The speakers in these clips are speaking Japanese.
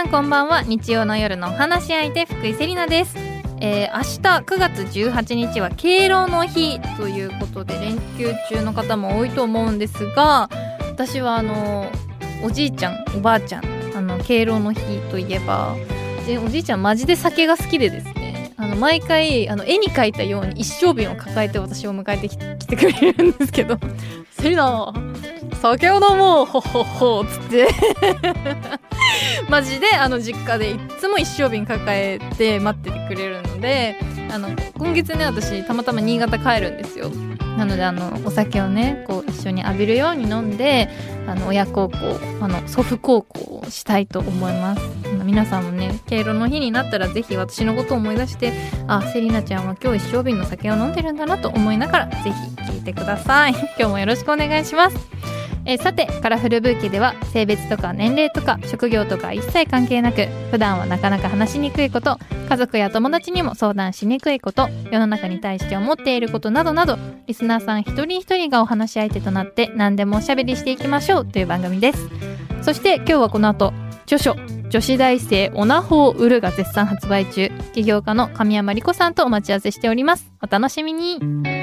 んこんばんは。日曜の夜のお話し相手、福井セリナです。明日9月18日は敬老の日ということで、連休中の方も多いと思うんですが、私はおじいちゃんおばあちゃん敬老の日といえば、おじいちゃんマジで酒が好きでですね、毎回絵に描いたように一升瓶を抱えて私を迎えてきてくれるんですけど、セリナ酒を飲もうほほほつってマジで実家でいつも一升瓶抱えて待っててくれるので、今月ね、私たまたま新潟帰るんですよ。なのでお酒をねこう一緒に浴びるように飲んで、親孝行祖父孝行をしたいと思います。皆さんもね、敬老の日になったらぜひ私のことを思い出して、セリナちゃんは今日一升瓶の酒を飲んでるんだなと思いながら、ぜひ聞いてください。今日もよろしくお願いします。さて、カラフルブーケでは性別とか年齢とか職業とか一切関係なく、普段はなかなか話しにくいこと、家族や友達にも相談しにくいこと、世の中に対して思っていることなどなど、リスナーさん一人一人がお話し相手となって何でもおしゃべりしていきましょうという番組です。そして今日はこの後、著書女子大生オナホを売るが絶賛発売中、起業家の神山理子さんとお待ち合わせしております。お楽しみに。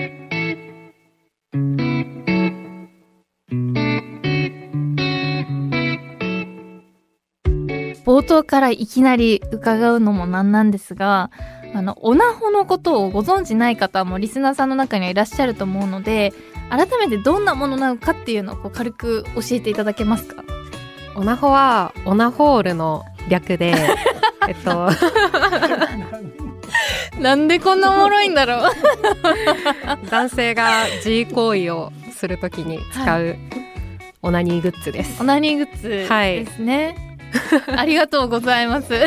冒頭からいきなり伺うのもなんなんですが、オナホのことをご存知ない方もリスナーさんの中にはいらっしゃると思うので、改めてどんなものなのかっていうのを軽く教えていただけますか？ オナホはオナホールの略でなんでこんなおもろいんだろう男性が自慰行為をするときに使うオナニーグッズです。 オナニーグッズですね、ありがとうございます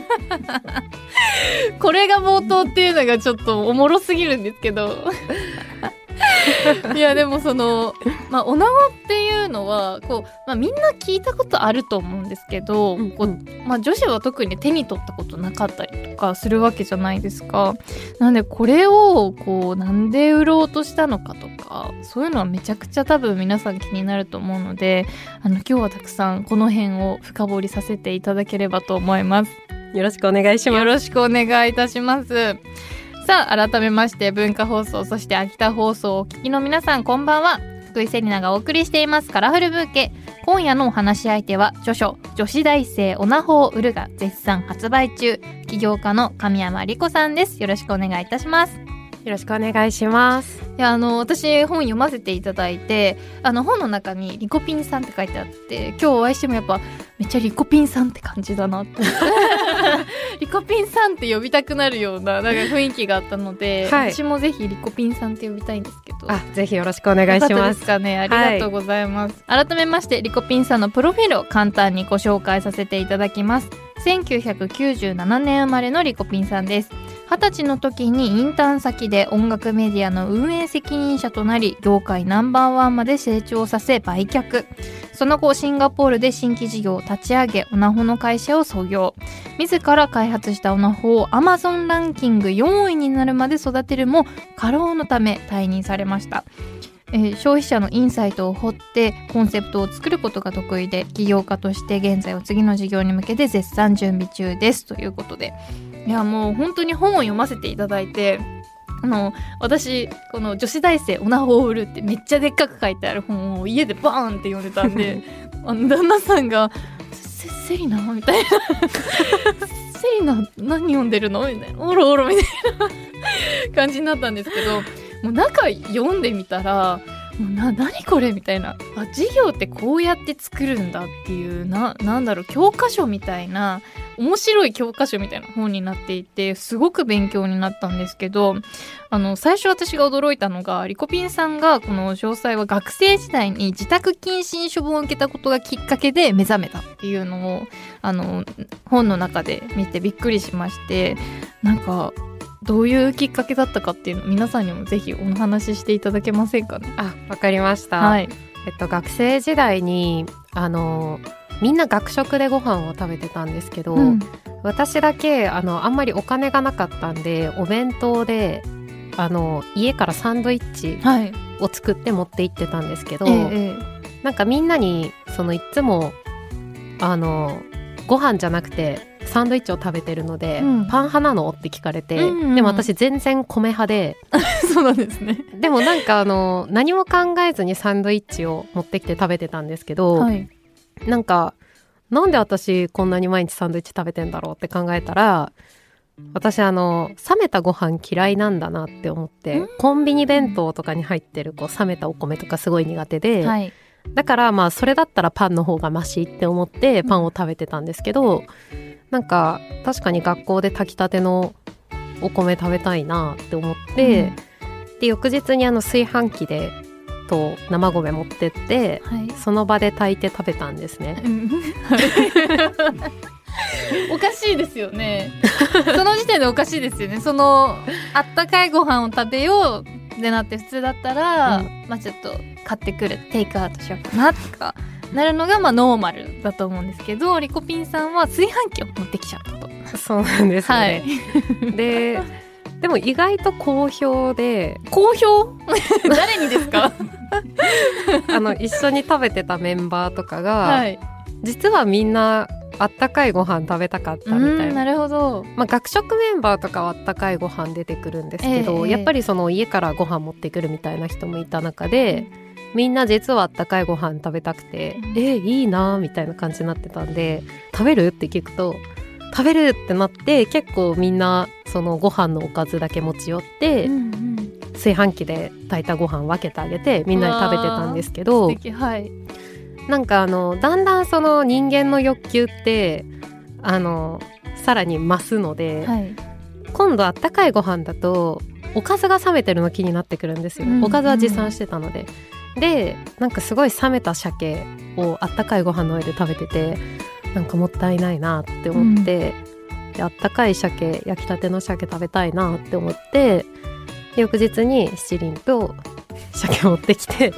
これが冒頭っていうのがちょっとおもろすぎるんですけどいやでもオナホっていうのはみんな聞いたことあると思うんですけど、女子は特に手に取ったことなかったりとかするわけじゃないですか。なんでこれをなんで売ろうとしたのかとか、そういうのはめちゃくちゃ多分皆さん気になると思うので、今日はたくさんこの辺を深掘りさせていただければと思います。 よろしくお願いします。 よろしくお願いいたします。さあ、改めまして文化放送、そして秋田放送をお聞きの皆さん、こんばんは。福井セリナがお送りしていますカラフルブーケ。今夜のお話し相手は著書女子大生オナホを売るが絶賛発売中、起業家の神山理子さんです。よろしくお願いいたします。 よろしくお願いします。 いや私本読ませていただいて、本の中にリコピンさんって書いてあって、今日お会いしてもやっぱめっちゃリコピンさんって感じだなってリコピンさんって呼びたくなるような雰囲気があったので、はい、私もぜひリコピンさんって呼びたいんですけど、 ぜひよろしくお願いします。 よかったですかね。ありがとうございます、改めましてリコピンさんのプロフィールを簡単にご紹介させていただきます。1997年生まれのリコピンさんです。20歳の時にインターン先で音楽メディアの運営責任者となり、業界ナンバーワンまで成長させ売却。その後シンガポールで新規事業を立ち上げ、オナホの会社を創業。自ら開発したオナホを Amazon ランキング4位になるまで育てるも、過労のため退任されました。消費者のインサイトを掘ってコンセプトを作ることが得意で、起業家として現在は次の事業に向けて絶賛準備中ですということで、いやもう本当に本を読ませていただいて、私この女子大生オナホを売るってめっちゃでっかく書いてある本を家でバーンって読んでたんで旦那さんがセリナみたいなセリナ何読んでるのみたいな、おろおろみたいな感じになったんですけど、もう中読んでみたら何これみたいな、授業ってこうやって作るんだっていう、なんだろう、教科書みたいな、面白い教科書みたいな本になっていて、すごく勉強になったんですけど、最初私が驚いたのが、リコピンさんがこの詳細は学生時代に自宅謹慎処分を受けたことがきっかけで目覚めたっていうのを本の中で見てびっくりしまして、どういうきっかけだったかっていうのを皆さんにもぜひお話ししていただけませんかね。 わかりました、 はい。 学生時代にみんな学食でご飯を食べてたんですけど、私だけあんまりお金がなかったんで、お弁当で家からサンドイッチを作って持って行ってたんですけど、みんなにいつもご飯じゃなくてサンドイッチを食べてるので、パン派なのって聞かれて、でも私全然米派でそうなんですね。 でもなんか何も考えずにサンドイッチを持ってきて食べてたんですけど、なんで私こんなに毎日サンドイッチ食べてんだろうって考えたら、私冷めたご飯嫌いなんだなって思って、コンビニ弁当とかに入ってる冷めたお米とかすごい苦手で、だからそれだったらパンの方がマシって思ってパンを食べてたんですけど、なんか確かに学校で炊きたてのお米食べたいなって思って、で翌日に炊飯器でと生米持ってって、その場で炊いて食べたんですね。 おかしいですよね。その時点でおかしいですよね。あったかいご飯を食べようってなって、普通だったら、ちょっと買ってくるテイクアウトしようかなとかなるのがノーマルだと思うんですけど、リコピンさんは炊飯器を持ってきちゃったと。 そうなんですよね。でも意外と好評で。 好評誰にですか？ 一緒に食べてたメンバーとかが、実はみんなあったかいご飯食べたかったみたいな。 なるほど。 学食メンバーとかはあったかいご飯出てくるんですけど、やっぱり家からご飯持ってくるみたいな人もいた中で、みんな実はあったかいご飯食べたくて、いいなみたいな感じになってたんで、食べるって聞くと食べるってなって、結構みんなご飯のおかずだけ持ち寄って、炊飯器で炊いたご飯分けてあげてみんなに食べてたんですけど、なんかだんだん人間の欲求ってさらに増すので、今度あったかいご飯だとおかずが冷めてるの気になってくるんですよ。おかずは持参してたので、でなんかすごい冷めた鮭をあったかいご飯の上で食べてて、なんかもったいないなって思って、であったかい鮭、焼きたての鮭食べたいなって思って、翌日に七輪と鮭持ってきて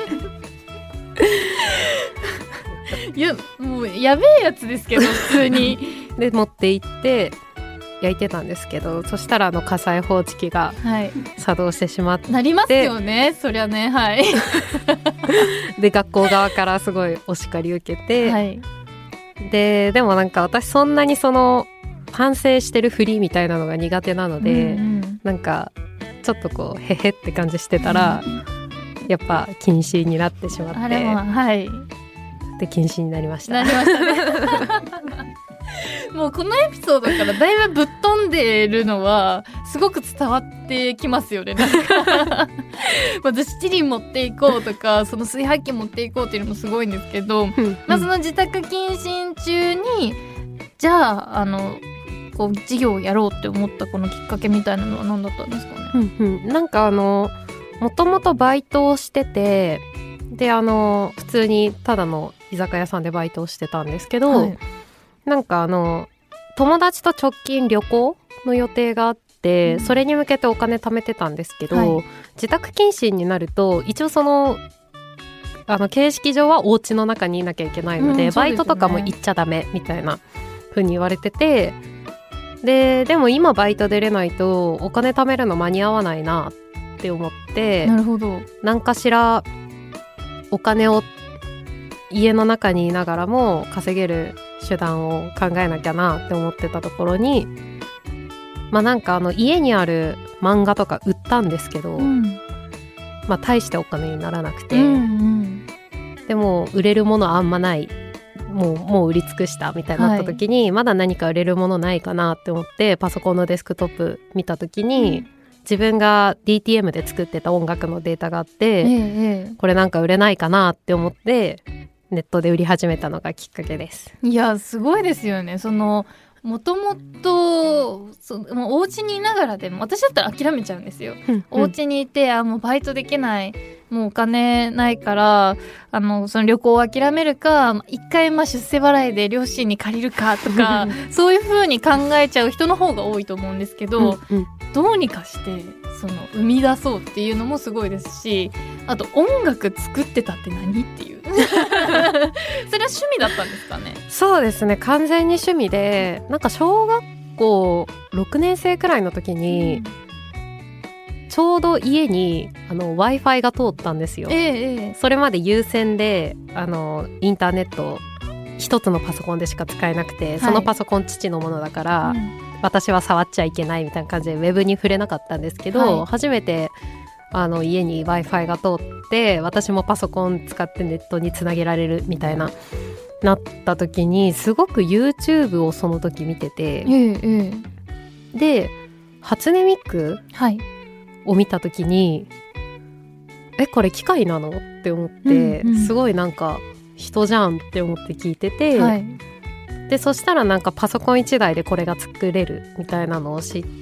いやもうやべえやつですけど普通にで持って行って焼いてたんですけど、そしたら火災報知器が作動してしまって、 なりますよね、そりゃね。 で学校側からすごいお叱り受けて、でもなんか私そんなに反省してるふりみたいなのが苦手なので、なんかちょっとへへって感じしてたら、やっぱ禁止になってしまって、で禁止になりました。 もうこのエピソードからだいぶぶっ飛んでるのはすごく伝わってきますよね。なんかまず七輪持っていこうとか、炊飯器持っていこうっていうのもすごいんですけど、その自宅謹慎中にじゃあ事業をやろうって思ったこのきっかけみたいなのは何だったんですかね？ なんかもともとバイトをしてて、で普通にただの居酒屋さんでバイトをしてたんですけど、なんか友達と直近旅行の予定があって、それに向けてお金貯めてたんですけど、自宅謹慎になると一応形式上はお家の中にいなきゃいけないので、バイトとかも行っちゃダメみたいな風に言われてて、でも今バイト出れないとお金貯めるの間に合わないなって思って、 なるほど、 何かしらお金を家の中にいながらも稼げる手段を考えなきゃなって思ってたところに、なんか家にある漫画とか売ったんですけど、大してお金にならなくて、でも売れるものあんまない、もう売り尽くしたみたいになった時に、まだ何か売れるものないかなって思ってパソコンのデスクトップ見た時に、自分が DTM で作ってた音楽のデータがあって、これなんか売れないかなって思ってネットで売り始めたのがきっかけです。 いやすごいですよね。もともとお家にいながらでも、私だったら諦めちゃうんですよ、お家にいてもうバイトできない、もうお金ないからその旅行を諦めるか、一回出世払いで両親に借りるかとかそういう風に考えちゃう人の方が多いと思うんですけど、どうにかして生み出そうっていうのもすごいですし、あと音楽作ってたって何っていうそれは趣味だったんですかね？ そうですね、完全に趣味で、なんか小学校6年生くらいの時に、ちょうど家にWi-Fi が通ったんですよ、それまで有線でインターネット一つのパソコンでしか使えなくて、そのパソコン父のものだから、私は触っちゃいけないみたいな感じでウェブに触れなかったんですけど、初めて家に Wi-Fi が通って私もパソコン使ってネットにつなげられるみたいななった時に、すごく YouTube をその時見てて、で初音ミクを見た時に、これ機械なのって思って、すごいなんか人じゃんって思って聞いてて、でそしたらなんかパソコン1台でこれが作れるみたいなのを知って、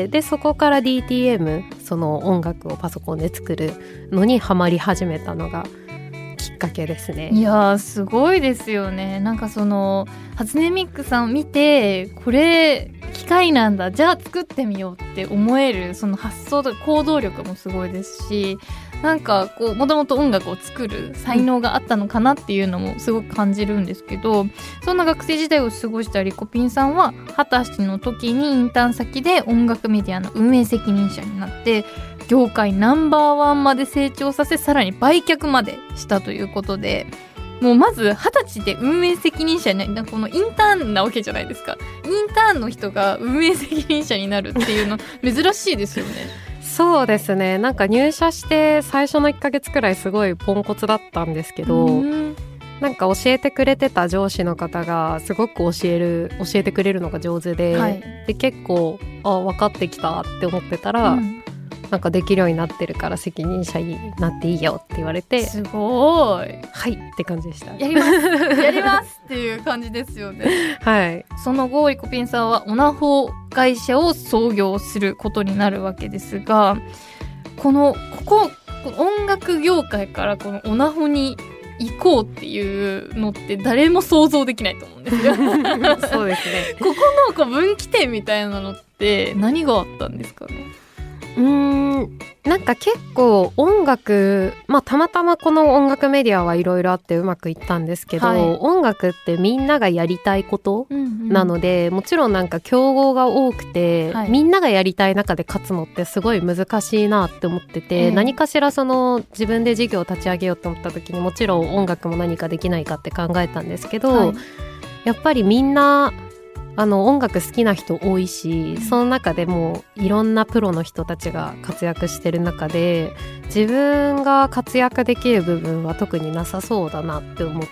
でそこから DTM その音楽をパソコンで作るのにハマり始めたのがきっかけですね。 いやすごいですよね。なんかその初音ミクさんを見て、これ機械なんだ、じゃあ作ってみようって思えるその発想と行動力もすごいですし、なんかこうもともと音楽を作る才能があったのかなっていうのもすごく感じるんですけど、そんな学生時代を過ごしたリコピンさんは20歳の時にインターン先で音楽メディアの運営責任者になって、業界ナンバーワンまで成長させ、さらに売却までしたということで、もうまず20歳で運営責任者になる、このインターンなわけじゃないですか。インターンの人が運営責任者になるっていうの珍しいですよね。 そうですね。なんか入社して最初の1ヶ月くらいすごいポンコツだったんですけど、なんか教えてくれてた上司の方がすごく教えてくれるのが上手で、で結構分かってきたって思ってたら、なんかできるようになってるから責任者になっていいよって言われて、 すごい、 はいって感じでした。 やりますやりますっていう感じですよね。 はい。 その後リコピンさんはオナホ会社を創業することになるわけですが、この音楽業界からこのオナホに行こうっていうのって誰も想像できないと思うんですよ。 そうですね。 ここの分岐点みたいなのって何があったんですかね。 なんか結構音楽、たまたまこの音楽メディアはいろいろあってうまくいったんですけど、音楽ってみんながやりたいことなので、もちろんなんか競合が多くて、みんながやりたい中で勝つのってすごい難しいなって思ってて、何かしらその自分で事業を立ち上げようと思った時にもちろん音楽も何かできないかって考えたんですけど、やっぱりみんな音楽好きな人多いし、その中でもいろんなプロの人たちが活躍してる中で、自分が活躍できる部分は特になさそうだなって思って、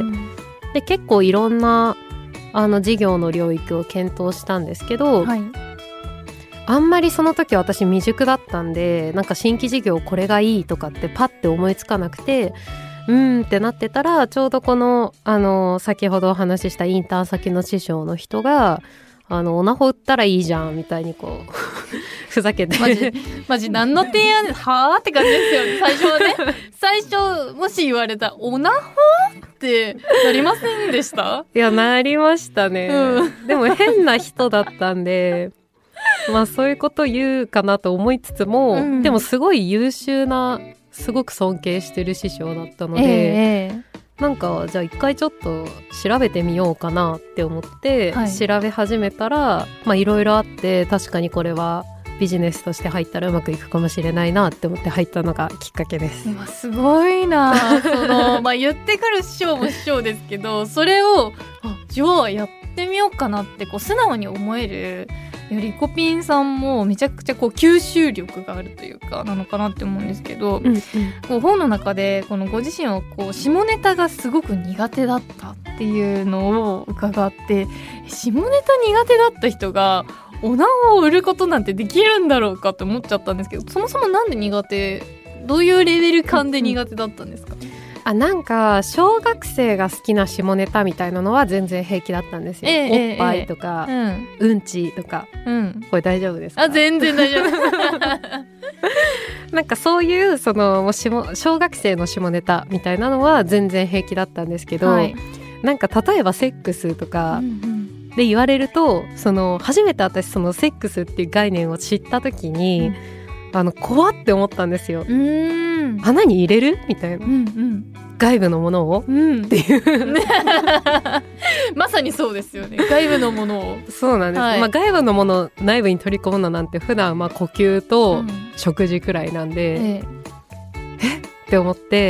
で結構いろんな事業の領域を検討したんですけど、あんまりその時私未熟だったんで、なんか新規事業これがいいとかってパッて思いつかなくて、ってなってたら、ちょうどこの先ほどお話ししたインターン先の師匠の人がオナホ売ったらいいじゃんみたいにこうふざけてマジ何の提案はぁって感じですよね。最初はね最初もし言われたオナホってなりませんでした？ いやなりましたね、でも変な人だったんでそういうこと言うかなと思いつつも、でもすごい優秀な、すごく尊敬してる師匠だったので、なんかじゃあ一回ちょっと調べてみようかなって思って、調べ始めたらいろいろあって、確かにこれはビジネスとして入ったらうまくいくかもしれないなって思って入ったのがきっかけです。 すごいな。言ってくる師匠も師匠ですけど、それをじゃあやってみようかなってこう素直に思えるリコピンさんもめちゃくちゃこう吸収力があるというかなのかなって思うんですけど、こう本の中でこのご自身はこう下ネタがすごく苦手だったっていうのを伺って、下ネタ苦手だった人がオナホを売ることなんてできるんだろうかって思っちゃったんですけど、そもそもなんで苦手、どういうレベル感で苦手だったんですか？ なんか小学生が好きな下ネタみたいなのは全然平気だったんですよ、おっぱいとか、うんちとか、これ大丈夫ですか？ 全然大丈夫なんかそういうその小学生の下ネタみたいなのは全然平気だったんですけど、なんか例えばセックスとかで言われると、初めて私そのセックスっていう概念を知った時に、怖って思ったんですよ。穴に入れるみたいな、外部のものを、っていうまさにそうですよね。外部のものを。 そうなんです、外部のものを内部に取り込むのなんて普段呼吸と食事くらいなんで、って思って、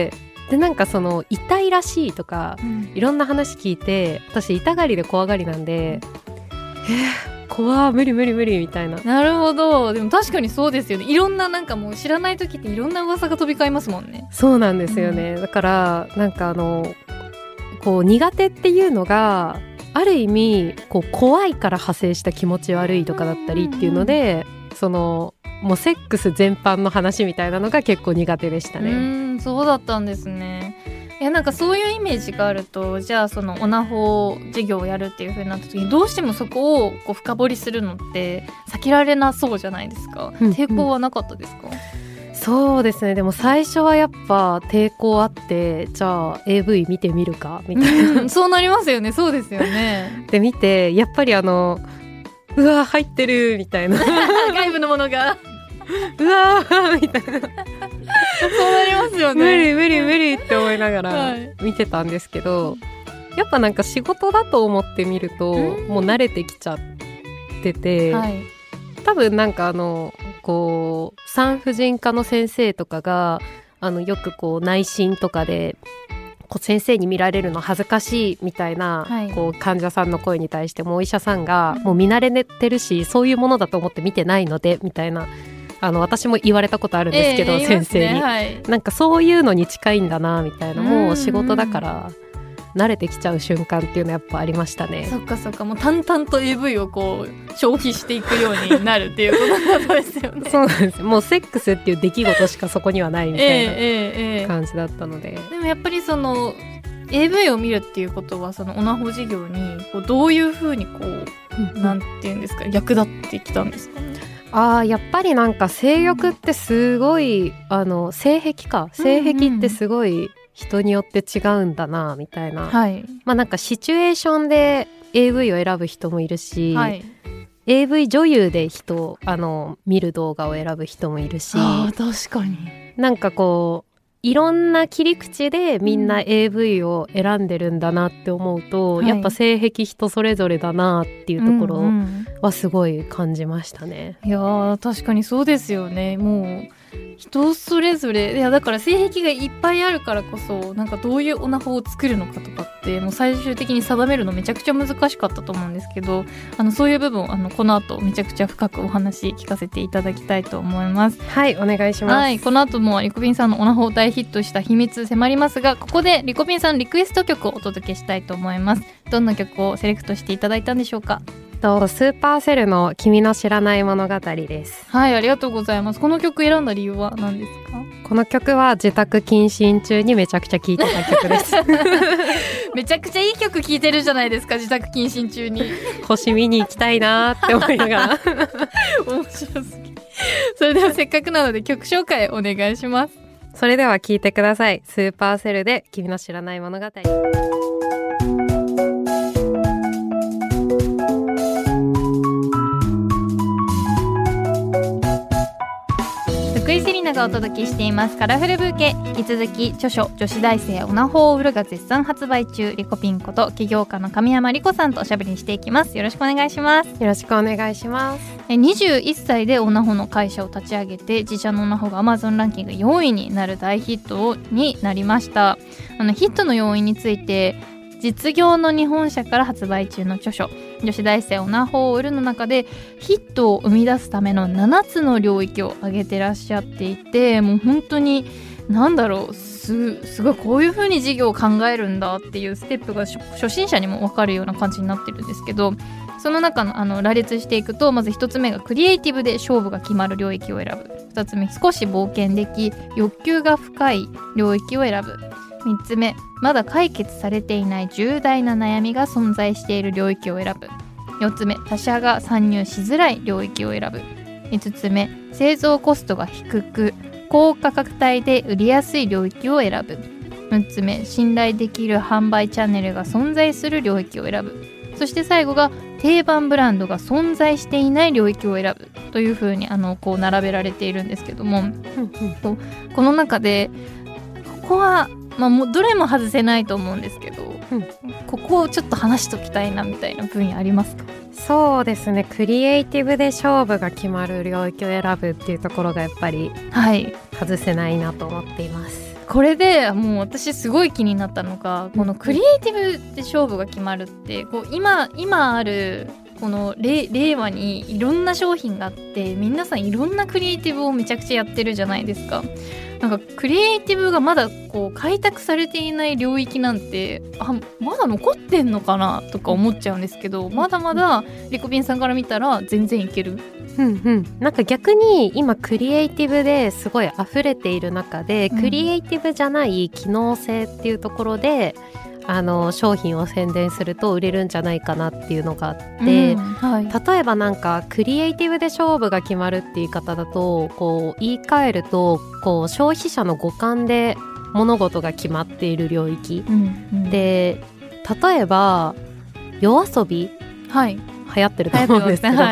でなんかその痛いらしいとか、いろんな話聞いて、私痛がりで怖がりなんで、怖無理みたいな。 なるほど。でも確かにそうですよね。いろんななんかもう知らない時っていろんな噂が飛び交いますもんね。 そうなんですよね、だからなんかこう苦手っていうのがある意味こう怖いから派生した気持ち悪いとかだったりっていうので、そのもうセックス全般の話みたいなのが結構苦手でしたね。 そうだったんですね。いやなんかそういうイメージがあると、じゃあそのオナホ事業をやるっていう風になった時にどうしてもそこをこう深掘りするのって避けられなそうじゃないですか。抵抗はなかったですか？ そうですね。でも最初はやっぱ抵抗あって、じゃあ AV 見てみるかみたいな、 そうなりますよね。そうですよね。 で見てやっぱりうわ入ってるみたいな外部のものがうわーみたいなそうなりますよね。 無理って思いながら見てたんですけど、やっぱなんか仕事だと思ってみると、もう慣れてきちゃってて、多分なんかこう産婦人科の先生とかがよくこう内診とかでこう先生に見られるの恥ずかしいみたいな、こう患者さんの声に対してもお医者さんがもう見慣れてるし、そういうものだと思って見てないのでみたいな、私も言われたことあるんですけど、先生に、なんかそういうのに近いんだなみたいな、もう仕事だから慣れてきちゃう瞬間っていうのはやっぱありましたね。 そっかそっか、もう淡々と AV をこう消費していくようになるっていうことですよね。 そうなんです。もうセックスっていう出来事しかそこにはないみたいな感じだったので、 でもやっぱりその AV を見るっていうことはそのオナホ事業にこうどういうふうにこう、なんていうんですか、役立ってきたんですかね。 やっぱりなんか性欲ってすごい性癖ってすごい人によって違うんだなみたいな、まあなんかシチュエーションで AV を選ぶ人もいるし、AV 女優で見る動画を選ぶ人もいるし、 確かになんかこういろんな切り口でみんな AV を選んでるんだなって思うと、やっぱ性癖人それぞれだなっていうところはすごい感じましたね。 いや確かにそうですよね。もう人それぞれ、いやだから性癖がいっぱいあるからこそ、なんかどういうオナホを作るのかとかってもう最終的に定めるのめちゃくちゃ難しかったと思うんですけど、そういう部分この後めちゃくちゃ深くお話聞かせていただきたいと思います。 はい、お願いします。 この後もリコピンさんのオナホ大ヒットした秘密迫りますが、ここでリコピンさんリクエスト曲をお届けしたいと思います。どんな曲をセレクトしていただいたんでしょうか？ スーパーセルの君の知らない物語です。 はい、ありがとうございます。この曲選んだ理由は何ですか？ この曲は自宅謹慎中にめちゃくちゃ聴いてた曲ですめちゃくちゃいい曲聴いてるじゃないですか。自宅謹慎中に星見に行きたいなって思いながら面白すぎ。それではせっかくなので曲紹介お願いします。 それでは聴いてください。スーパーセルで君の知らない物語。 福井セリナがお届けしていますカラフルブーケ。引き続き著書女子大生オナホを売るが絶賛発売中、リコピンこと起業家の神山理子さんとおしゃべりしていきます。よろしくお願いします。 よろしくお願いします。 21歳でオナホの会社を立ち上げて、自社のオナホが Amazon ランキング4位になる大ヒットになりました。ヒットの要因について、実業の日本社から発売中の著書女子大生オナホを売るの中でヒットを生み出すための7つの領域を挙げてらっしゃっていて、もう本当にすごいこういう風に事業を考えるんだっていうステップが初心者にも分かるような感じになってるんですけど、その中の羅列していくと、まず1つ目がクリエイティブで勝負が決まる領域を選ぶ。2つ目、少し冒険でき欲求が深い領域を選ぶ。3つ目、まだ解決されていない重大な悩みが存在している領域を選ぶ。4つ目、他社が参入しづらい領域を選ぶ。5つ目、製造コストが低く高価格帯で売りやすい領域を選ぶ。6つ目、信頼できる販売チャンネルが存在する領域を選ぶ。そして最後が定番ブランドが存在していない領域を選ぶというふうにこう並べられているんですけども、この中でここはもうどれも外せないと思うんですけど、ここをちょっと話しときたいなみたいな分野ありますか？ そうですね、クリエイティブで勝負が決まる領域を選ぶっていうところがやっぱり外せないなと思っています。 これでもう私すごい気になったのが、このクリエイティブで勝負が決まるって、こう今あるこの令和にいろんな商品があって、皆さんいろんなクリエイティブをめちゃくちゃやってるじゃないですか。なんかクリエイティブがまだこう開拓されていない領域なんてまだ残ってんのかなとか思っちゃうんですけど、まだまだリコピンさんから見たら全然いける。 なんか逆に今クリエイティブですごい溢れている中で、クリエイティブじゃない機能性っていうところで商品を宣伝すると売れるんじゃないかなっていうのがあって、例えばなんかクリエイティブで勝負が決まるっていう言い方だと、こう言い換えるとこう消費者の五感で物事が決まっている領域、で例えば夜遊び、流行ってると思うんですけど、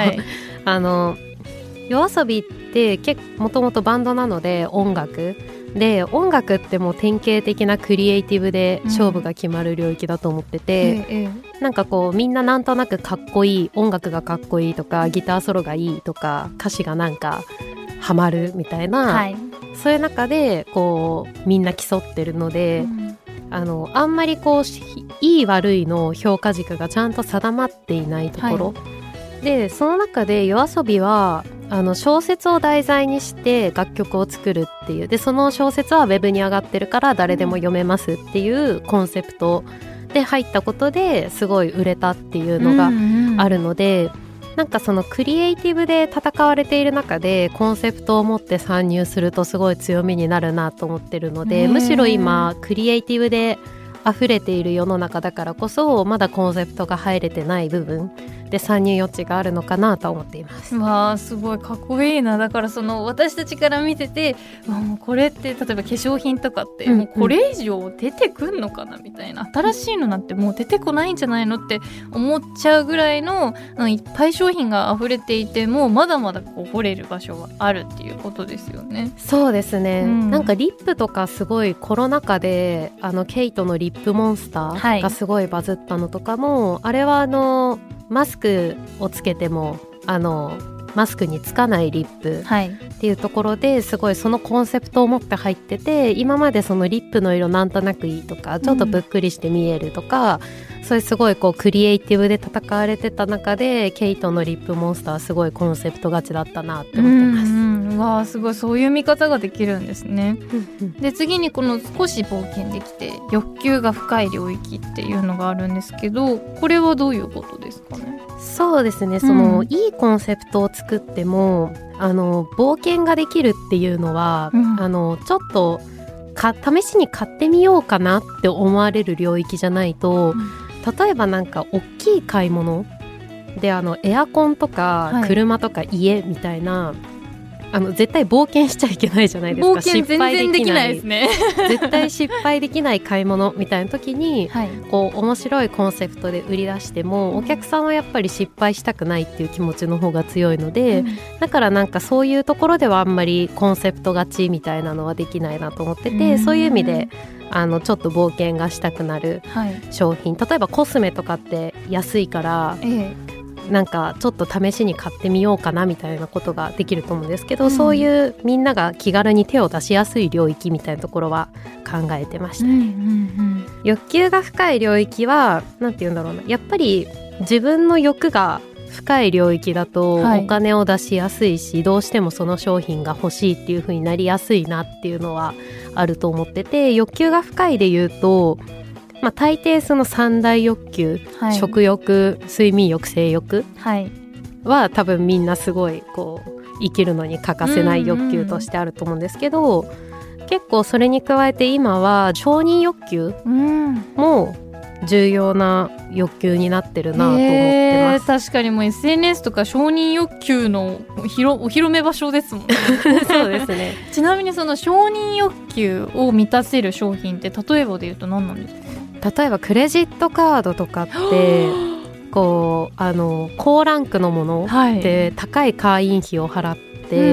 夜遊びってもともとバンドなので音楽ってもう典型的なクリエイティブで勝負が決まる領域だと思ってて、なんかこうみんななんとなくかっこいい、音楽がかっこいいとかギターソロがいいとか歌詞がなんかハマるみたいな、そういう中でこうみんな競ってるので、あんまりこういい悪いの評価軸がちゃんと定まっていないところ、でその中で夜遊びは小説を題材にして楽曲を作るっていう、でその小説はウェブに上がってるから誰でも読めますっていうコンセプトで入ったことですごい売れたっていうのがあるので、なんかそのクリエイティブで戦われている中でコンセプトを持って参入するとすごい強みになるなと思ってるので、むしろ今クリエイティブで溢れている世の中だからこそまだコンセプトが入れてない部分で参入余地があるのかなと思っています。 わあ、すごいかっこいいな。だからその私たちから見てて、もうこれって例えば化粧品とかってもうこれ以上出てくんのかなみたいな、新しいのなんてもう出てこないんじゃないのって思っちゃうぐらいのいっぱい商品が溢れていてもまだまだこう掘れる場所はあるっていうことですよね。 そうですね、なんかリップとかすごいコロナ禍でケイトのリップモンスターがすごいバズったのとかも、あれはマスクをつけてもマスクにつかないリップっていうところですごいそのコンセプトを持って入ってて、今までそのリップの色なんとなくいいとかちょっとぶっくりして見えるとか、そういうすごいこうクリエイティブで戦われてた中でケイトのリップモンスターはすごいコンセプト勝ちだったなって思ってます。 わあ、すごい、そういう見方ができるんですね。で次にこの少し冒険できて欲求が深い領域っていうのがあるんですけど、これはどういうことですかね。 そうですね、その、いいコンセプトを作っても冒険ができるっていうのは、ちょっと試しに買ってみようかなって思われる領域じゃないと、例えばなんか大きい買い物でエアコンとか車とか家みたいな、絶対冒険しちゃいけないじゃないですか。 冒険全然できないですね。 絶対失敗できない買い物みたいな時に、こう面白いコンセプトで売り出しても、お客さんはやっぱり失敗したくないっていう気持ちの方が強いので、だからなんかそういうところではあんまりコンセプト勝ちみたいなのはできないなと思ってて、そういう意味でちょっと冒険がしたくなる商品、例えばコスメとかって安いから、なんかちょっと試しに買ってみようかなみたいなことができると思うんですけど、そういうみんなが気軽に手を出しやすい領域みたいなところは考えてましたね。欲求が深い領域はなんて言うんだろうな、やっぱり自分の欲が深い領域だとお金を出しやすいし、どうしてもその商品が欲しいっていう風になりやすいなっていうのはあると思ってて、欲求が深いで言うと大抵その三大欲求、食欲、睡眠欲、性欲は多分みんなすごいこう生きるのに欠かせない欲求としてあると思うんですけど、結構それに加えて今は承認欲求も重要な欲求になってるなと思ってます。 確かにもう SNS とか承認欲求のお披露目場所ですもんね。 そうですね。 ちなみにその承認欲求を満たせる商品って例えばで言うと何なんですか。 例えばクレジットカードとかってこう高ランクのものって高い会員費を払って、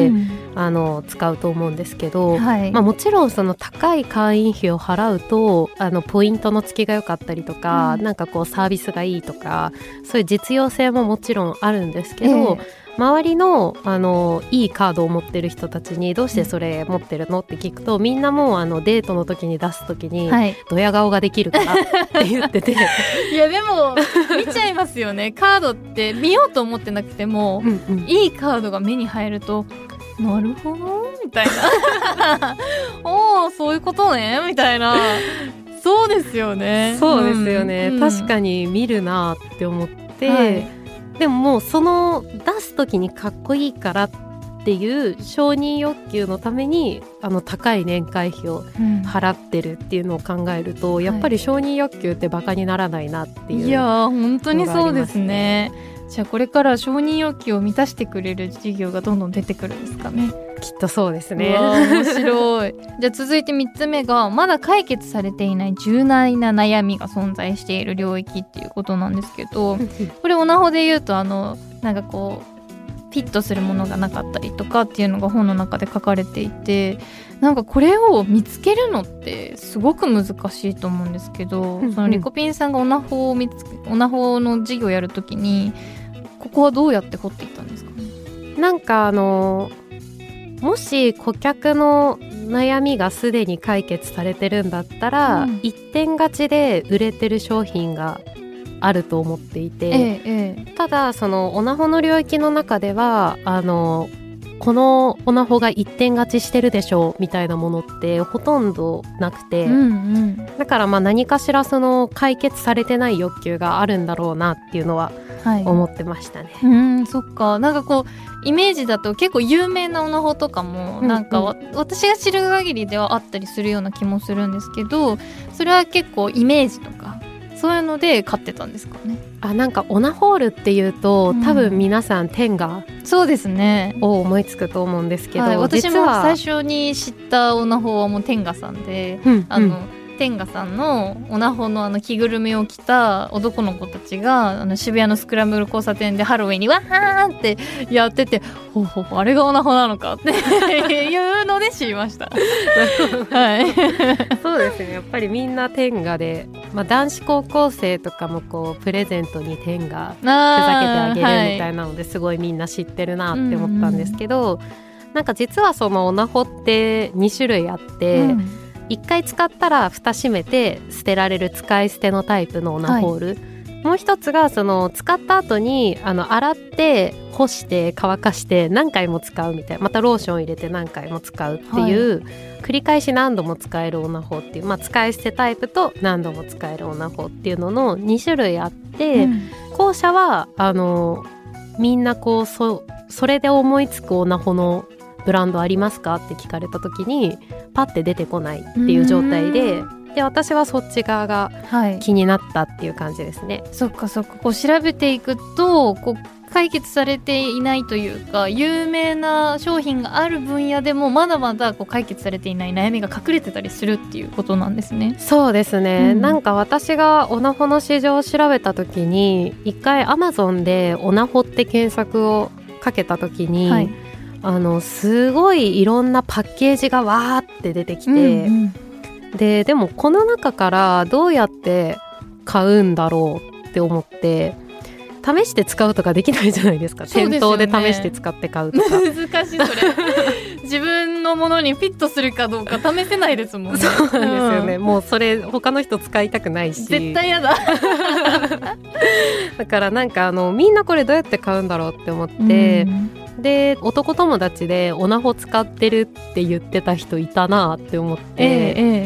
使うと思うんですけど、もちろんその高い会員費を払うとポイントの付きが良かったりとか、なんかこうサービスがいいとかそういう実用性ももちろんあるんですけど、 周りの、いいカードを持ってる人たちにどうしてそれ持ってるのって聞くと、みんなもうデートの時に出す時に、はい、ドヤ顔ができるからって言ってていやでも見ちゃいますよね。カードって見ようと思ってなくても、いいカードが目に入るとなるほどみたいなおーそういうことねみたいな。そうですよね。 そうですよね、確かに見るなって思って、はい、でももうその出す時にかっこいいからっていう承認欲求のために高い年会費を払ってるっていうのを考えると、やっぱり承認欲求ってバカにならないなっていう、 いや本当にそうですね。じゃあこれから承認欲求を満たしてくれる事業がどんどん出てくるんですかね。 きっとそうですね。 面白い。じゃあ続いて3つ目が、まだ解決されていない重大な悩みが存在している領域っていうことなんですけどこれオナホで言うとなんかこうフィットするものがなかったりとかっていうのが本の中で書かれていて、なんかこれを見つけるのってすごく難しいと思うんですけど、そのリコピンさんがオナホの事業をやるときにここはどうやって掘っていったんですかね。 なんかもし顧客の悩みがすでに解決されてるんだったら、一点勝ちで売れてる商品があると思っていて、ただそのオナホの領域の中ではこのオナホが一点勝ちしてるでしょうみたいなものってほとんどなくて、だから何かしらその解決されてない欲求があるんだろうなっていうのは思ってましたね。 そっか。なんかこうイメージだと結構有名なオナホとかもなんか、私が知る限りではあったりするような気もするんですけど、それは結構イメージとかそういうので買ってたんですかね。 なんかオナホールっていうと、多分皆さんテンガそうですねを思いつくと思うんですけど、 私も最初に知ったオナホはもうテンガさんで、テンガさんのオナホの着ぐるみを着た男の子たちが渋谷のスクランブル交差点でハロウィンにわーってやってて、ほうほうあれがオナホなのかっていうので知りましたはい、 そうですね。やっぱりみんなテンガで、男子高校生とかもこうプレゼントにテンガふざけてあげるみたいなのですごいみんな知ってるなって思ったんですけど、なんか実はそのオナホって2種類あって、1回使ったら蓋閉めて捨てられる使い捨てのタイプのオナホール、もう一つがその使った後に洗って干して乾かして何回も使うみたいな、またローション入れて何回も使うっていう、繰り返し何度も使えるオナホっていう、使い捨てタイプと何度も使えるオナホっていうのの2種類あって、後者はみんなこうそれで思いつくオナホのブランドありますかって聞かれた時にパッて出てこないっていう状態で、私はそっち側が気になったっていう感じですね。 そっかそっか。こう調べていくとこう解決されていないというか、有名な商品がある分野でもまだまだこう解決されていない悩みが隠れてたりするっていうことなんですね。 そうですね、なんか私がオナホの市場を調べた時に一回 Amazon でオナホって検索をかけた時に、すごいいろんなパッケージがわーって出てきて、でもこの中からどうやって買うんだろうって思って、試して使うとかできないじゃないですか。店頭で試して使って買うとか難しい。それ自分のものにフィットするかどうか試せないですもんね。 そうなんですよね、もうそれ他の人使いたくないし絶対やだだからなんかみんなこれどうやって買うんだろうって思って、で男友達でオナホ使ってるって言ってた人いたなって思って、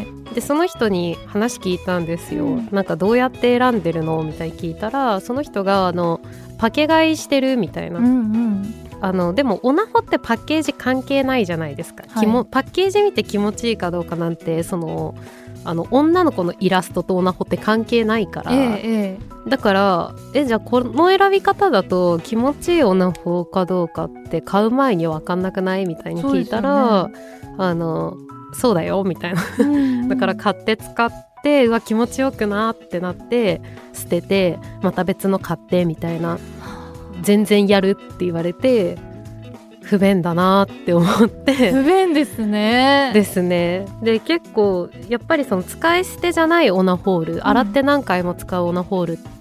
でその人に話聞いたんですよ、なんかどうやって選んでるのみたいに聞いたら、その人がパケ買いしてるみたいな、でもオナホってパッケージ関係ないじゃないですか、パッケージ見て気持ちいいかどうかなんて女の子のイラストとオナホって関係ないから、だからじゃあこの選び方だと気持ちいいオナホかどうかって買う前に分かんなくないみたいに聞いたら、そうだよみたいなだから買って使ってうわ気持ちよくなってなって捨ててまた別の買ってみたいな、全然やるって言われて不便だなって思って不便ですね。 ですね。で結構やっぱりその使い捨てじゃないオナホール、洗って何回も使うオナホールっ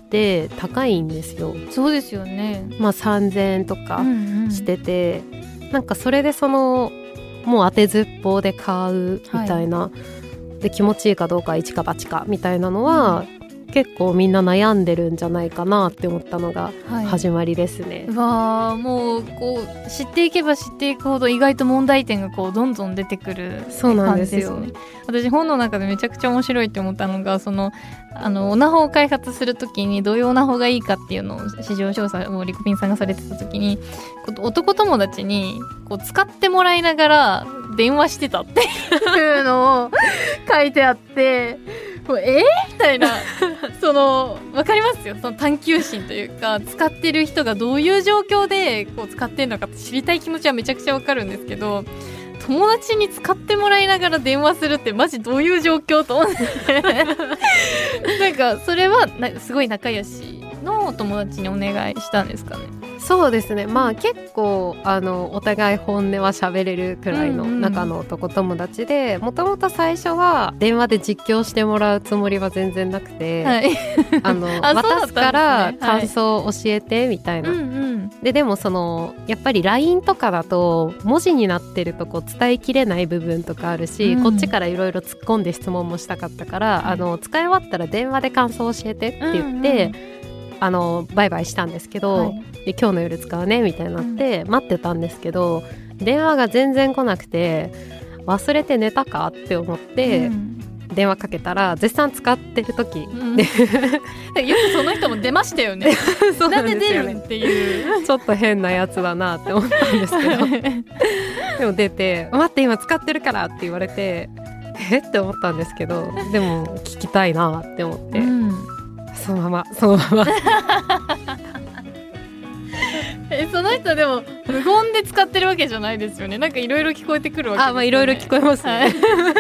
って高いんですよ。 そうですよね。 3000円とかしてて、なんかそれでもう当てずっぽうで買うみたいな、で気持ちいいかどうか一か八かみたいなのは、結構みんな悩んでるんじゃないかなって思ったのが始まりですね。 うわー、もう知っていけば知っていくほど意外と問題点がどんどん出てくる感じですね。 そうなんですよ。 私本の中でめちゃくちゃ面白いって思ったのが、オナホを開発するときにどういうオナホがいいかっていうのを市場調査をリコピンさんがされてたときに、男友達に使ってもらいながら電話してたっていうのを書いてあってみたいなわかりますよ、その探求心というか、使ってる人がどういう状況で使ってるのか知りたい気持ちはめちゃくちゃわかるんですけど、友達に使ってもらいながら電話するってマジどういう状況と思ってなんかそれはすごい仲良しのお友達にお願いしたんですかね。 そうですね、結構お互い本音は喋れるくらいの仲の男友達で、もともと最初は電話で実況してもらうつもりは全然なくて、渡すから感想を教えてみたいな、でもやっぱり LINE とかだと文字になってると伝えきれない部分とかあるし、こっちからいろいろ突っ込んで質問もしたかったから、使い終わったら電話で感想を教えてって言って、バイバイしたんですけど、で今日の夜使うねみたいになって待ってたんですけど、電話が全然来なくて、忘れて寝たかって思って、電話かけたら絶賛使ってる時、でよくその人も出ましたよねそうなんですよね。 なんで出るっていうちょっと変なやつだなって思ったんですけどでも出て、待って今使ってるからって言われて、って思ったんですけど、でも聞きたいなって思って、そのままその人でも無言で使ってるわけじゃないですよね。なんかいろいろ聞こえてくるわけですよね。 いろいろ聞こえますね、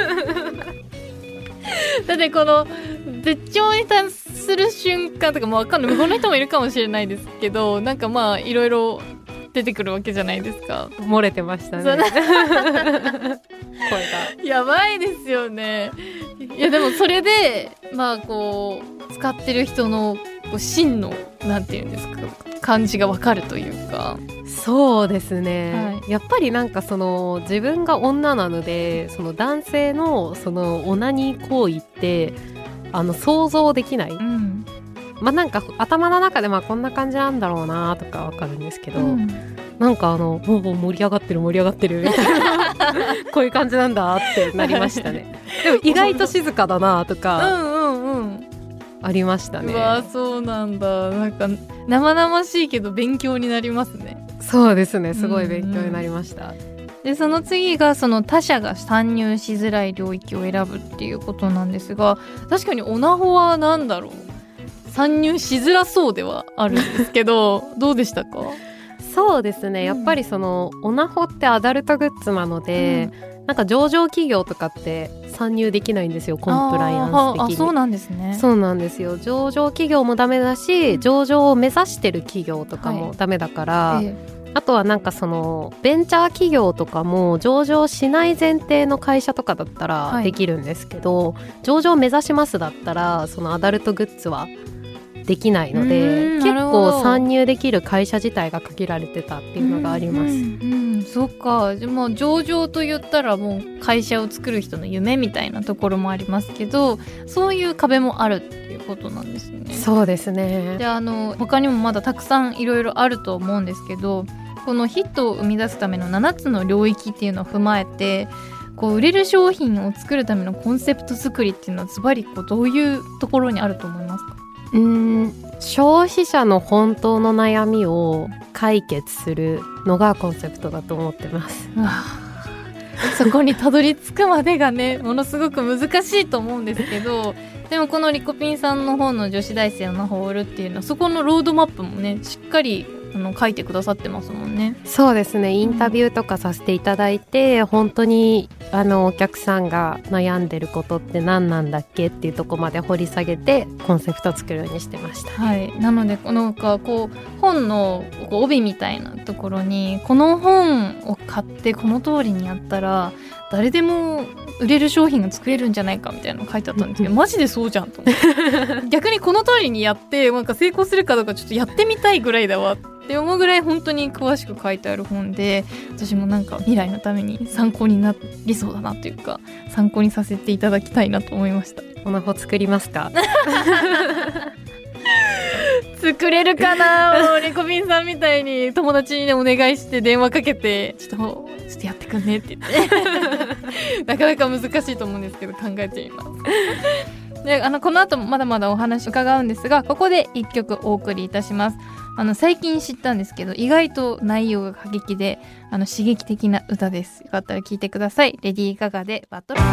だって絶頂に達する瞬間とかわかんない、無言の人もいるかもしれないですけど、なんかいろいろ出てくるわけじゃないですか。 漏れてましたね声がやばいですよね。いやでもそれで使ってる人の真のなんていうんですか、感じがわかるというか。 そうですね、やっぱりなんか自分が女なので、男性のオナニー行為って想像できない、なんか頭の中でこんな感じなんだろうなとかわかるんですけど、なんかもう盛り上がってるみたいなこういう感じなんだってなりましたねでも意外と静かだなとかありましたね。 うわ、そうなんだ。なんか生々しいけど勉強になりますね。 そうですね、すごい勉強になりました、 でその次が他者が参入しづらい領域を選ぶっていうことなんですが、確かにオナホはなんだろう、参入しづらそうではあるんですけどどうでしたか？ そうですね、やっぱりオナホってアダルトグッズなので、なんか上場企業とかって参入できないんですよ、コンプライアンス的に。 そうなんですね。 そうなんですよ、上場企業もダメだし、上場を目指してる企業とかもダメだから、あとはなんかベンチャー企業とかも上場しない前提の会社とかだったらできるんですけど、上場目指しますだったらアダルトグッズはできないので、結構参入できる会社自体が限られてたっていうのがあります。 そっか。でも上場と言ったらもう会社を作る人の夢みたいなところもありますけど、そういう壁もあるっていうことなんですね。 そうですね。 で他にもまだたくさんいろいろあると思うんですけど、このヒットを生み出すための7つの領域っていうのを踏まえて、売れる商品を作るためのコンセプト作りっていうのはズバリどういうところにあると思いますか？ 消費者の本当の悩みを解決するのがコンセプトだと思ってます。 そこにたどり着くまでがね、ものすごく難しいと思うんですけど、でもこのリコピンさんの方の女子大生のホールっていうのは、そこのロードマップもねしっかり書いてくださってますもんね。 そうですね、インタビューとかさせていただいて、本当にお客さんが悩んでることって何なんだっけっていうところまで掘り下げてコンセプトを作るようにしてました。 なので本の帯みたいなところに、この本を買ってこの通りにやったら誰でも売れる商品が作れるんじゃないかみたいなの書いてあったんですけど、マジでそうじゃんと思って逆にこの通りにやってなんか成功するかどうかちょっとやってみたいぐらいだわって思うぐらい本当に詳しく書いてある本で、私もなんか未来のために参考になりそうだなというか、参考にさせていただきたいなと思いました。 この本作りますか作れるかな。もうリコピンさんみたいに友達に、ね、お願いして電話かけてちょっとやってくんねって言ってなかなか難しいと思うんですけど考えてみますでこの後もまだまだお話伺うんですが、ここで1曲お送りいたします。最近知ったんですけど意外と内容が過激で刺激的な歌です。よかったら聴いてください。レディー・ガガでバトル。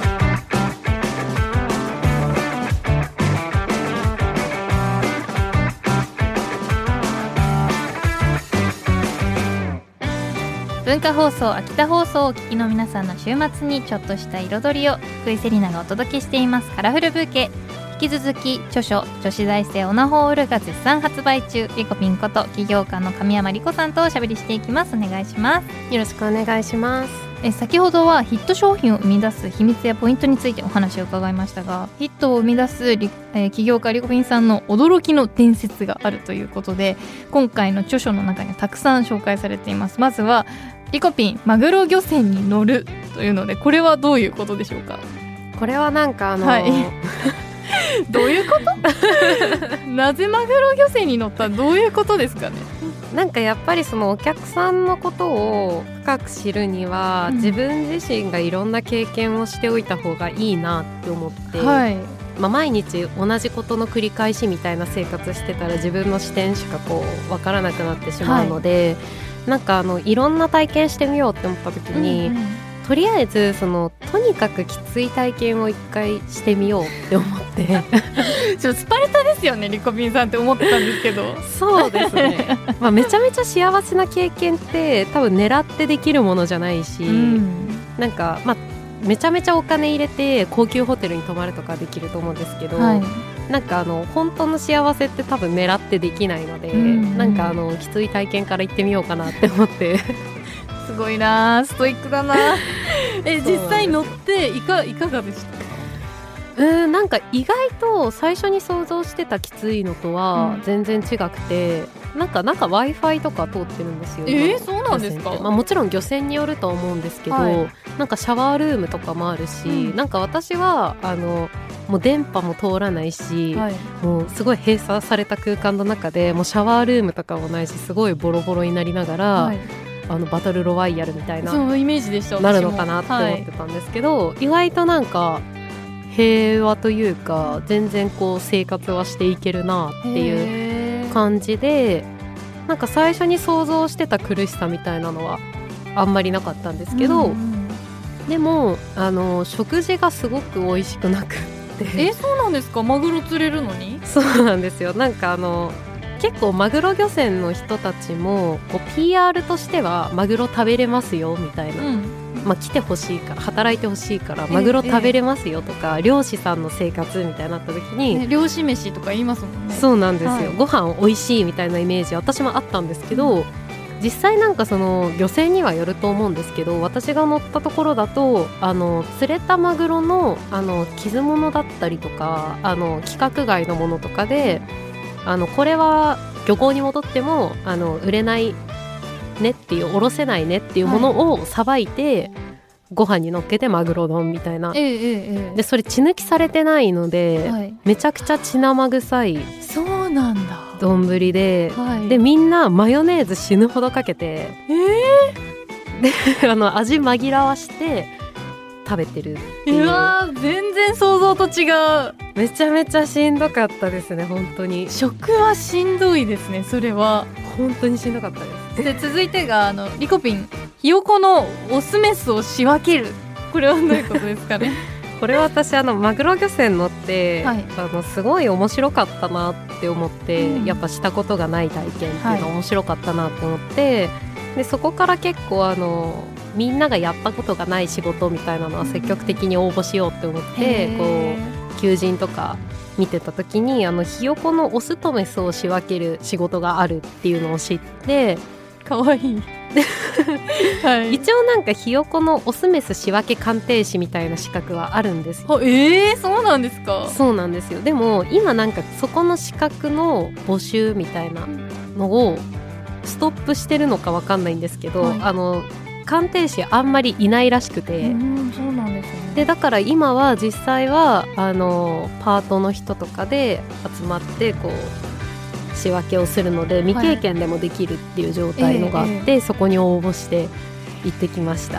文化放送秋田放送をお聞きの皆さんの週末にちょっとした彩りを福井セリナがお届けしています。カラフルブーケ。引き続き著書女子大生オナホールが絶賛発売中、リコピンこと起業家の神山リコさんとおしゃべりしていきます。お願いします。 よろしくお願いします。 先ほどはヒット商品を生み出す秘密やポイントについてお話を伺いましたが、ヒットを生み出す起業家リコピンさんの驚きの伝説があるということで、今回の著書の中にたくさん紹介されています。まずはリコピンマグロ漁船に乗るというので、これはどういうことでしょうか。 これはなんかはいどういうことなぜマグロ漁船に乗った、どういうことですかね。 なんかやっぱりそのお客さんのことを深く知るには、自分自身がいろんな経験をしておいた方がいいなって思って、 はい、 毎日同じことの繰り返しみたいな生活してたら自分の視点しかこう分からなくなってしまうので、なんかいろんな体験してみようって思った時に、とりあえずとにかくきつい体験を一回してみようって思ってちょっとスパルタですよねリコピンさんって思ってたんですけどそうですねめちゃめちゃ幸せな経験って多分狙ってできるものじゃないし、なんかめちゃめちゃお金入れて高級ホテルに泊まるとかできると思うんですけど、はい、なんか本当の幸せって多分狙ってできないので、なんかきつい体験から行ってみようかなって思ってすごいな、ストイックだな実際乗っていかがでした？ なんか意外と最初に想像してたきついのとは全然違くて、なんか Wi-Fi とか通ってるんですよ。 そうなんですか？ もちろん漁船によるとは思うんですけど、はい、なんかシャワールームとかもあるし、なんか私はもう電波も通らないし、はい、もうすごい閉鎖された空間の中でもうシャワールームとかもないし、すごいボロボロになりながら、はい、バトルロワイヤルみたいなそうイメージでしたなるのかなって思ってたんですけど、はい、意外となんか平和というか全然こう生活はしていけるなっていう感じで、なんか最初に想像してた苦しさみたいなのはあんまりなかったんですけど、でも食事がすごく美味しくなくってそうなんですか？マグロ釣れるのに？ そうなんですよ。なんか結構マグロ漁船の人たちもこう PR としてはマグロ食べれますよみたいな、来てほしいから働いてほしいからマグロ食べれますよとか、漁師さんの生活みたいになった時に、 漁師飯とか言いますもんね。 そうなんですよ、はい、ご飯美味しいみたいなイメージ私もあったんですけど、実際なんかその漁船にはよると思うんですけど、私が乗ったところだと釣れたマグロの傷物だったりとか規格外のものとかでこれは漁港に戻っても売れないねっていう、おろせないねっていうものをさばいて、ご飯に乗っけてマグロ丼みたいな、でそれ血抜きされてないので、めちゃくちゃ血生臭いそうなんだ丼で、でみんなマヨネーズ死ぬほどかけて、で味紛らわして食べてるっていう。 全然想像と違う。 めちゃめちゃしんどかったですね。本当に食はしんどいですね。それは本当にしんどかったです。 で続いてがリコピンひよこのオスメスを仕分ける、これはどういうことですかね？ これは私マグロ漁船乗って、はい、すごい面白かったなって思って、やっぱしたことがない体験っていうのは面白かったなって思って、でそこから結構みんながやったことがない仕事みたいなのは積極的に応募しようって思って、こう求人とか見てた時にひよこのオスとメスを仕分ける仕事があるっていうのを知って、 かわいいはい、 一応なんかひよこのオスメス仕分け鑑定士みたいな資格はあるんですよ。 そうなんですか。 そうなんですよ。でも今なんかそこの資格の募集みたいなのをストップしてるのかわかんないんですけど、はい、鑑定士あんまりいないらしくて、 そうなんですね。 でだから今は実際はパートの人とかで集まってこう仕分けをするので未経験でもできるっていう状態のがあって、そこに応募して行ってきました。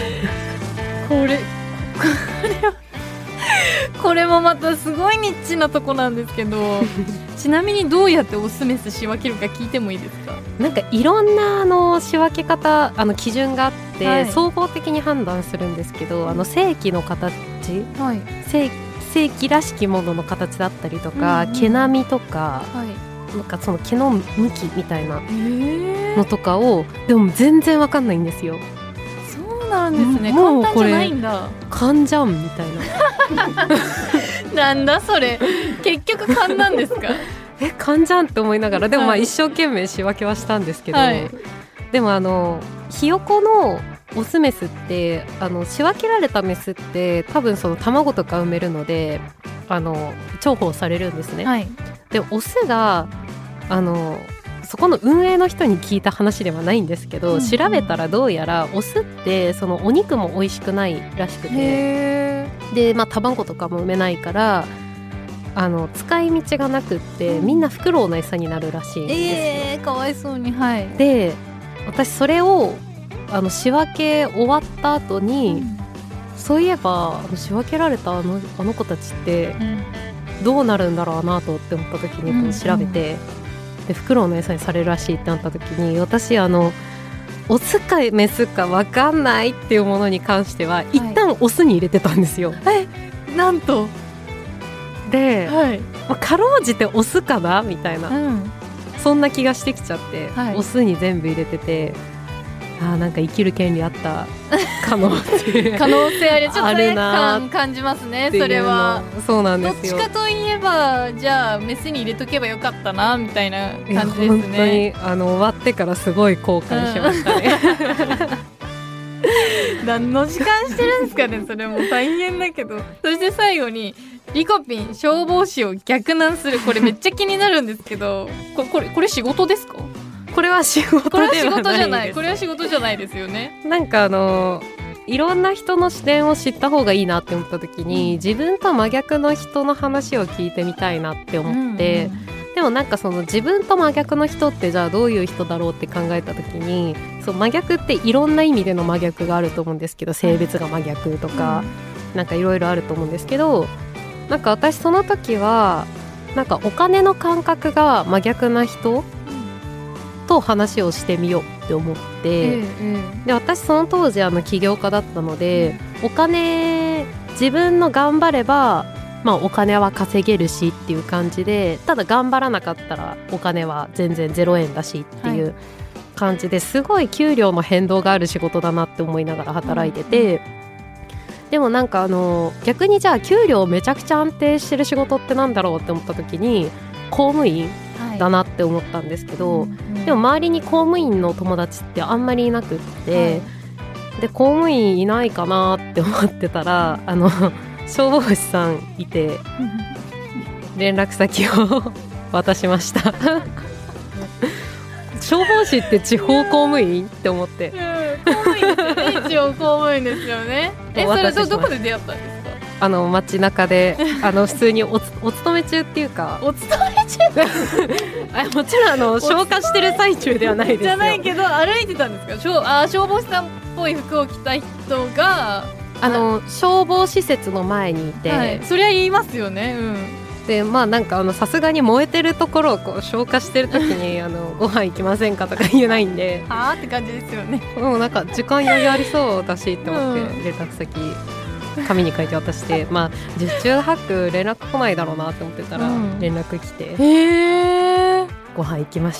これもまたすごいニッチなとこなんですけどちなみにどうやってオスメス仕分けるか聞いてもいいですか？ なんかいろんな仕分け方基準があって、はい、総合的に判断するんですけど正規の形、はい、正規らしきものの形だったりとか、毛並みとか、はい、なんかその毛の向きみたいなのとかをでも全然わかんないんですよ。 そうなんですね。簡単じゃないんだ。 勘じゃんみたいななんだそれ結局勘なんですか？ 勘じゃんって思いながらでもまあ一生懸命仕分けはしたんですけど、はい、でもひよこのオスメスって仕分けられたメスって多分その卵とか産めるので重宝されるんですね、はい、でオスがそこの運営の人に聞いた話ではないんですけど、調べたらどうやらオスってそのお肉も美味しくないらしくて、で、まあ、卵とかも産めないから使い道がなくってみんなフクロウの餌になるらしいんですよ。 かわいそうに、はい、 で私それを仕分け終わった後に、そういえば仕分けられたあの子たちってどうなるんだろうなとって思った時にこう調べて、でフクロウの餌にされるらしいってなった時に私オスかメスか分かんないっていうものに関しては、一旦オスに入れてたんですよ。 なんとで、まあ、かろうじてオスかなみたいな、そんな気がしてきちゃって、オスに全部入れてて、なんか生きる権利あった可能性可能性ある、ちょっと罪悪感感じますね。それはそうなんですよ。 どっちかといえばじゃあメスに入れとけばよかったなみたいな感じですね。 本当に終わってからすごい後悔しましたね、 何の時間してるんですかね。それも大変だけど。そして最後にリコピン消防士を逆難する、これめっちゃ気になるんですけどこれ仕事ですか？ これは仕事ではないです。 これは仕事じゃないですよね。 なんかいろんな人の視点を知った方がいいなって思った時に、自分と真逆の人の話を聞いてみたいなって思って、でもなんかその自分と真逆の人ってじゃあどういう人だろうって考えた時に、そう真逆っていろんな意味での真逆があると思うんですけど、性別が真逆とか、なんかいろいろあると思うんですけど、なんか私その時はなんかお金の感覚が真逆な人と話をしてみようって思って、で私その当時起業家だったので、お金自分の頑張れば、まあ、お金は稼げるしっていう感じで、ただ頑張らなかったらお金は全然0円だしっていう感じで、すごい給料の変動がある仕事だなって思いながら働いてて、でもなんか逆にじゃあ給料めちゃくちゃ安定してる仕事ってなんだろうって思った時に公務員だなって思ったんですけど、でも周りに公務員の友達ってあんまりいなくって、で公務員いないかなって思ってたら消防士さんいて連絡先を渡しました消防士って地方公務員って思って、 公務員ですよね。一応公務員ですよね。それどこで出会ったんですか？ 街中で普通にお勤め中っていうかお勤め中もちろん消火してる最中ではないですよ。 じゃないけど歩いてたんですか？消防士さんっぽい服を着た人が消防施設の前にいて、 そりゃ言いますよね。 でまあなんかさすがに燃えてるところをこう消火してる時にご飯行きませんかとか言えないんではーって感じですよね。 なんか時間余裕ありそうだしって思って連絡先紙に書いて渡して、まあ十中八九連絡来ないだろうなって思ってたら連絡来て、ご飯行きました。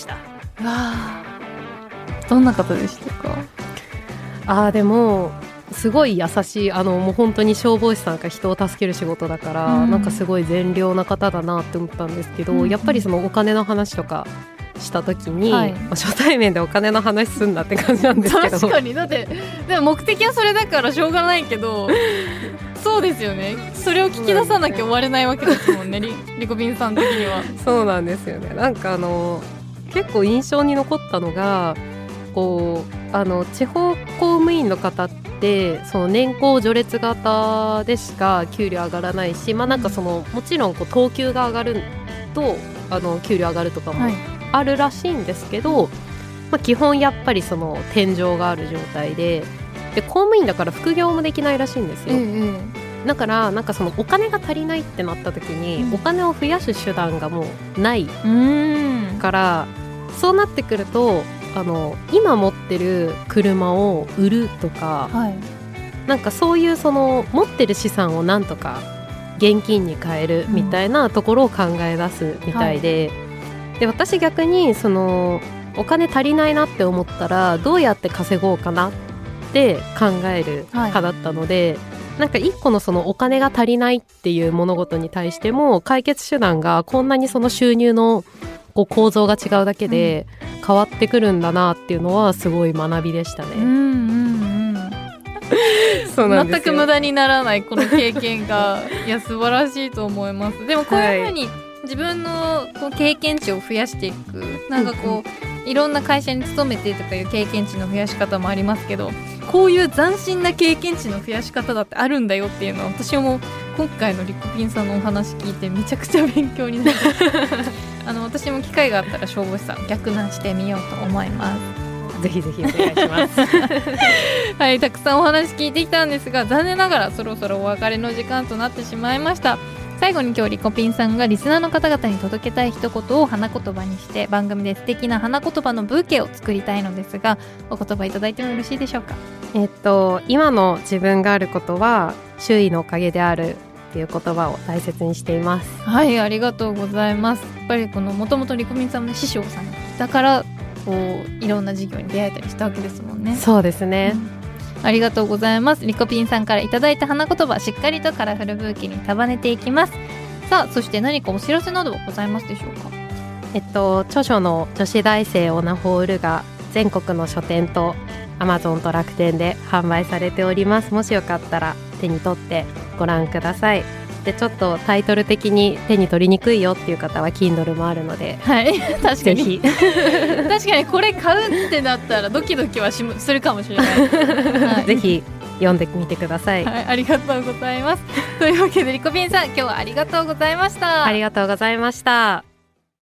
どんな方でしたか？ でもすごい優しいもう本当に消防士さんが人を助ける仕事だから、なんかすごい善良な方だなって思ったんですけど、やっぱりそのお金の話とかした時に、 はい初対面でお金の話すんだって感じなんですけど確かにだってでも目的はそれだからしょうがないけどそうですよね、それを聞き出さなきゃ終われないわけですもんねリコピンさん的には。 そうなんですよね。なんか結構印象に残ったのがこう地方公務員の方ってその年功序列型でしか給料上がらないし、なんかもちろん等級が上がると給料上がるとかもあるらしいんですけど、基本やっぱり天井がある状態で公務員だから副業もできないらしいんですよ、だからなんかお金が足りないってなった時に、お金を増やす手段がもうないから、そうなってくると今持ってる車を売るとか、なんかそういう持ってる資産をなんとか現金に変えるみたいなところを考え出すみたいで、で私逆にお金足りないなって思ったらどうやって稼ごうかなって考える派だったので、なんか一個のお金が足りないっていう物事に対しても解決手段がこんなに収入の構造が違うだけで変わってくるんだなっていうのはすごい学びでしたね。そうなんですよ。 全く無駄にならないこの経験がいや素晴らしいと思います。でもこういうふうに自分の経験値を増やしていく、なんかいろんな会社に勤めてとかいう経験値の増やし方もありますけど、こういう斬新な経験値の増やし方だってあるんだよっていうのは私も今回のリコピンさんのお話聞いてめちゃくちゃ勉強になります私も機会があったら消防士さん逆難してみようと思います。 ぜひぜひお願いしますはい、たくさんお話聞いてきたんですが、残念ながらそろそろお別れの時間となってしまいました。最後に今日リコピンさんがリスナーの方々に届けたい一言を花言葉にして番組で素敵な花言葉のブーケを作りたいのですが、お言葉いただいてもよろしいでしょうか。 今の自分があることは周囲のおかげであるっていう言葉を大切にしています。 はい、ありがとうございます。やっぱりもともとリコピンさんの師匠さんだからいろんな事業に出会えたりしたわけですもんね。 そうですね、 ありがとうございます。リコピンさんからいただいた花言葉しっかりとカラフルブーケに束ねていきます。さあ、そして何かお知らせなどはございますでしょうか。 著書の女子大生オナホールが全国の書店と Amazon と楽天で販売されております。もしよかったら手に取ってご覧ください。でちょっとタイトル的に手に取りにくいよっていう方は Kindle もあるので、 はい、確かにぜひ確かにこれ買うってなったらドキドキはするかもしれない、はい、 ぜひ読んでみてください、 はい、ありがとうございますというわけでリコピンさん今日はありがとうございました。 ありがとうございました。